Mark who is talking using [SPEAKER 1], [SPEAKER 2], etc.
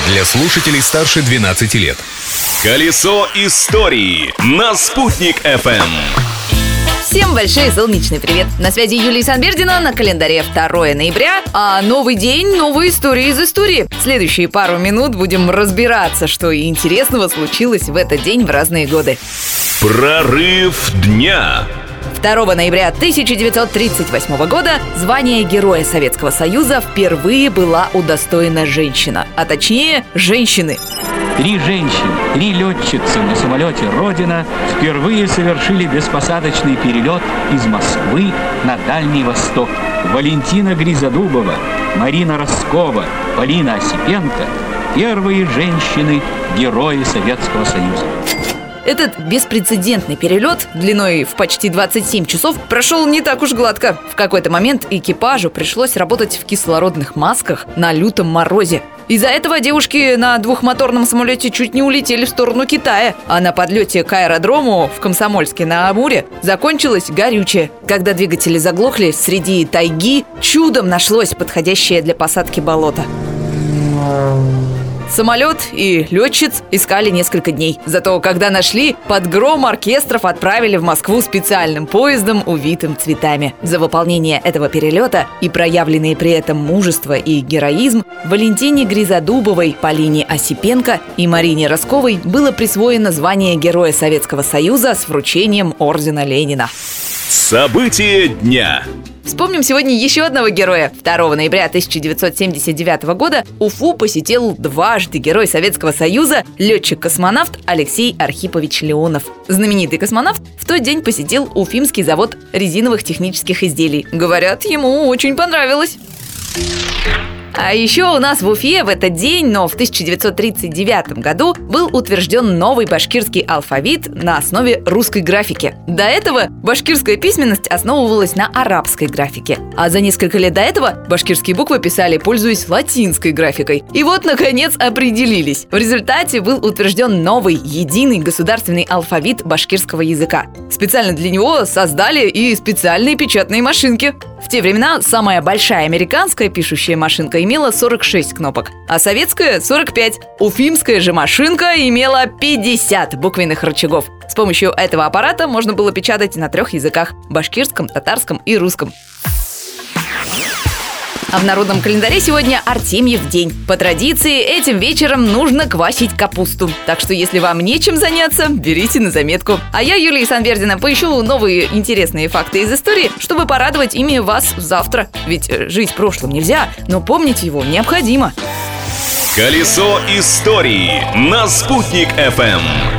[SPEAKER 1] Для слушателей старше 12 лет. Колесо истории на Спутник FM.
[SPEAKER 2] Всем большой солнечный привет! На связи Юлия Санбердина, на календаре 2 ноября. А новый день, новые истории из истории. Следующие пару минут будем разбираться, что интересного случилось в этот день в разные годы.
[SPEAKER 1] Прорыв дня.
[SPEAKER 2] 2 ноября 1938 года звание Героя Советского Союза впервые была удостоена женщина, а точнее женщины.
[SPEAKER 3] 3 женщины, 3 летчицы на самолете «Родина» впервые совершили беспосадочный перелет из Москвы на Дальний Восток. Валентина Гризодубова, Марина Роскова, Полина Осипенко – первые женщины Герои Советского Союза.
[SPEAKER 2] Этот беспрецедентный перелет длиной в почти 27 часов прошел не так уж гладко. В какой-то момент экипажу пришлось работать в кислородных масках на лютом морозе. Из-за этого девушки на двухмоторном самолете чуть не улетели в сторону Китая, а на подлете к аэродрому в Комсомольске-на-Амуре закончилось горючее. Когда двигатели заглохли, среди тайги чудом нашлось подходящее для посадки болото. Самолет и летчиц искали несколько дней. Зато, когда нашли, под гром оркестров отправили в Москву специальным поездом, увитым цветами. За выполнение этого перелета и проявленные при этом мужество и героизм Валентине Гризодубовой, Полине Осипенко и Марине Росковой было присвоено звание Героя Советского Союза с вручением ордена Ленина.
[SPEAKER 1] События дня.
[SPEAKER 2] Вспомним сегодня еще одного героя. 2 ноября 1979 года Уфу посетил дважды Герой Советского Союза, летчик-космонавт Алексей Архипович Леонов. Знаменитый космонавт в тот день посетил Уфимский завод резиновых технических изделий. Говорят, ему очень понравилось. А еще у нас в Уфе в этот день, но в 1939 году, был утвержден новый башкирский алфавит на основе русской графики. До этого башкирская письменность основывалась на арабской графике. А за несколько лет до этого башкирские буквы писали, пользуясь латинской графикой. И вот, наконец, определились. В результате был утвержден новый, единый государственный алфавит башкирского языка. Специально для него создали и специальные печатные машинки. В те времена самая большая американская пишущая машинка имела 46 кнопок, а советская – 45. Уфимская же машинка имела 50 буквенных рычагов. С помощью этого аппарата можно было печатать на 3 языках – башкирском, татарском и русском. А в народном календаре сегодня Артемьев день. По традиции, этим вечером нужно квасить капусту. Так что, если вам нечем заняться, берите на заметку. А я, Юлия Санбердина, поищу новые интересные факты из истории, чтобы порадовать ими вас завтра. Ведь жить прошлым нельзя, но помнить его необходимо.
[SPEAKER 1] Колесо истории на Спутник FM.